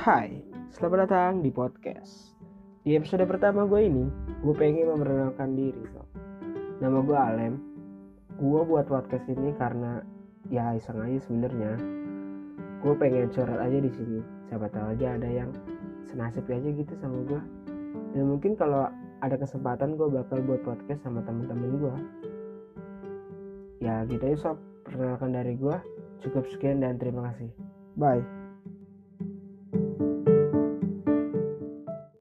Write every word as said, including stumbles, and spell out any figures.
Hai, selamat datang di podcast. Di episode pertama gue ini, gue pengen memperkenalkan diri. So. Nama gue Alem. Gue buat podcast ini karena ya iseng aja sebenarnya. Gue pengen curhat aja di sini. Siapa tahu aja ada yang senasib aja gitu sama gue. Dan mungkin kalau ada kesempatan gue bakal buat podcast sama teman-teman gue. Ya gitu aja sob. Perkenalkan dari gue. Cukup sekian dan terima kasih. Bye.